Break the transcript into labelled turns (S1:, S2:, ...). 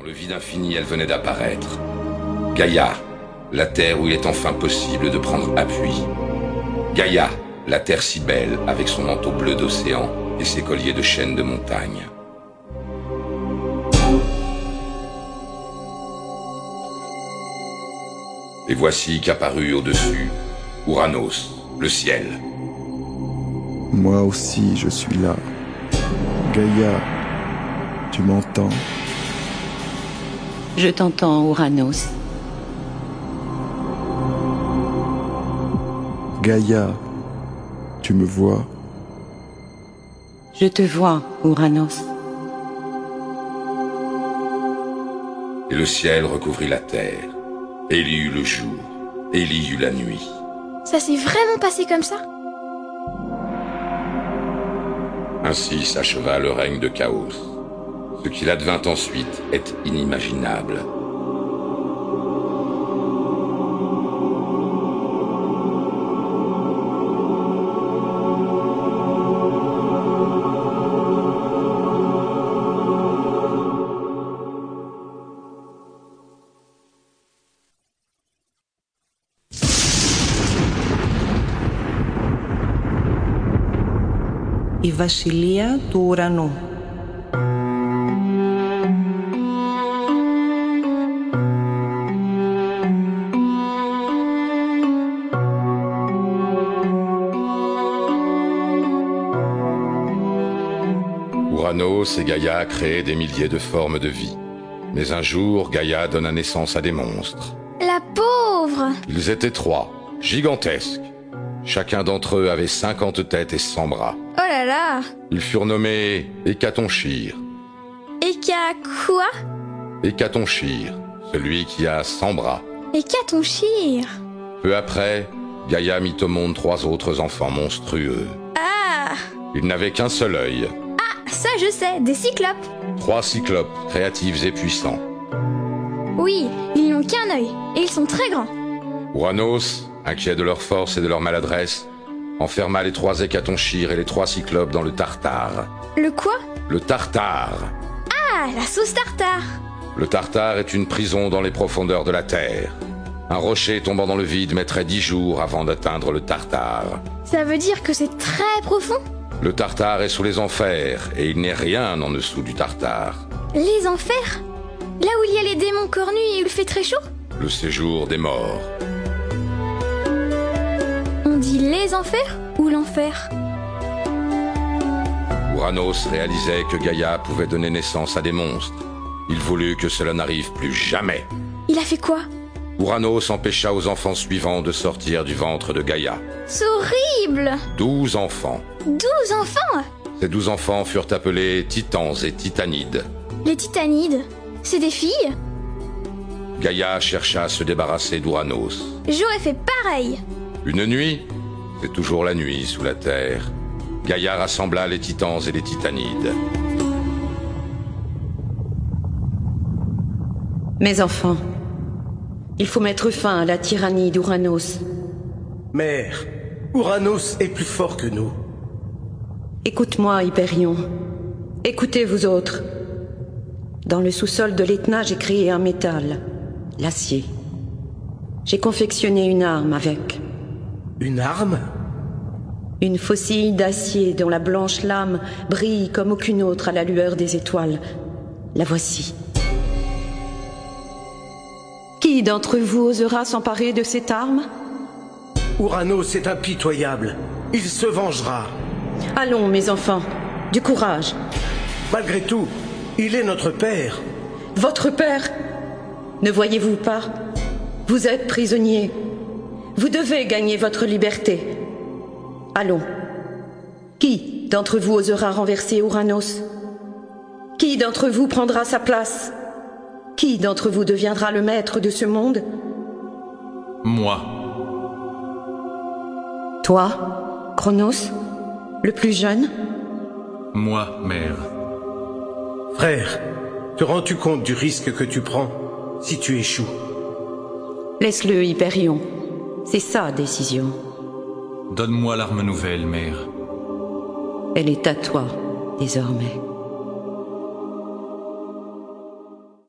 S1: le vide infini, elle venait d'apparaître. Gaïa, la terre où il est enfin possible de prendre appui. Gaïa, la terre si belle, avec son manteau bleu d'océan et ses colliers de chênes de montagne. Et voici qu'apparut au-dessus Ouranos, le ciel.
S2: Moi aussi, je suis là. Gaïa, tu m'entends?
S3: Je t'entends, Ouranos.
S2: Gaïa, tu me vois?
S3: Je te vois, Ouranos.
S1: Et le ciel recouvrit la terre. Et il y eut le jour, et il y eut la nuit.
S4: Ça s'est vraiment passé comme ça?
S1: Ainsi s'acheva le règne de Chaos. Ce qu'il advint ensuite est inimaginable.
S5: Η βασιλεία του ουρανού.
S1: Ouranos et Gaïa créaient des milliers de formes de vie. Mais un jour, Gaïa donna naissance à des monstres.
S4: La pauvre!
S1: Ils étaient 3, gigantesques. Chacun d'entre eux avait 50 têtes et 100 bras.
S4: Oh là là!
S1: Ils furent nommés Hécatonchir.
S4: Eka quoi?
S1: Hécatonchir, celui qui a 100 bras.
S4: Hécatonchir!
S1: Peu après, Gaïa mit au monde 3 autres enfants monstrueux.
S4: Ah!
S1: Ils n'avaient qu'un seul œil.
S4: Ah, ça je sais, des cyclopes!
S1: 3 cyclopes, créatifs et puissants.
S4: Oui, ils n'ont qu'un œil, et ils sont très grands.
S1: Ouranos, inquiet de leur force et de leur maladresse, enferma les 3 Hécatonchir et les 3 cyclopes dans le Tartare.
S4: Le quoi?
S1: Le Tartare.
S4: Ah, la sauce tartare!
S1: Le Tartare est une prison dans les profondeurs de la terre. Un rocher tombant dans le vide mettrait 10 jours avant d'atteindre le Tartare.
S4: Ça veut dire que c'est très profond?
S1: Le Tartare est sous les enfers, et il n'est rien en dessous du Tartare.
S4: Les enfers? Là où il y a les démons cornus et où il fait très chaud?
S1: Le séjour des morts.
S4: On dit les enfers ou l'enfer?
S1: Ouranos réalisait que Gaïa pouvait donner naissance à des monstres. Il voulut que cela n'arrive plus jamais.
S4: Il a fait quoi?
S1: Ouranos empêcha aux enfants suivants de sortir du ventre de Gaïa.
S4: C'est horrible!
S1: 12 enfants.
S4: 12 enfants?
S1: Ces 12 enfants furent appelés Titans et Titanides.
S4: Les titanides, c'est des filles?
S1: Gaïa chercha à se débarrasser d'Ouranos.
S4: J'aurais fait pareil.
S1: Une nuit, c'est toujours la nuit sous la terre, Gaïa rassembla les Titans et les Titanides.
S3: Mes enfants, il faut mettre fin à la tyrannie d'Ouranos.
S6: Mère, Ouranos est plus fort que nous.
S3: Écoute-moi, Hyperion. Écoutez, vous autres. Dans le sous-sol de l'Etna, j'ai créé un métal, l'acier. J'ai confectionné une arme avec.
S6: Une arme?
S3: Une faucille d'acier dont la blanche lame brille comme aucune autre à la lueur des étoiles. La voici. Qui d'entre vous osera s'emparer de cette arme?
S6: Ouranos est impitoyable. Il se vengera.
S3: Allons, mes enfants, du courage.
S6: Malgré tout, il est notre père.
S3: Votre père? Ne voyez-vous pas? Vous êtes prisonnier. Vous devez gagner votre liberté. Allons. Qui d'entre vous osera renverser Ouranos? Qui d'entre vous prendra sa place? Qui d'entre vous deviendra le maître de ce monde?
S7: Moi.
S3: Toi, Chronos, le plus jeune?
S7: Moi, mère.
S6: Frère, te rends-tu compte du risque que tu prends si tu échoues?
S3: Laisse-le, Hyperion. C'est sa décision.
S7: Donne-moi l'arme nouvelle, mère.
S3: Elle est à toi, désormais.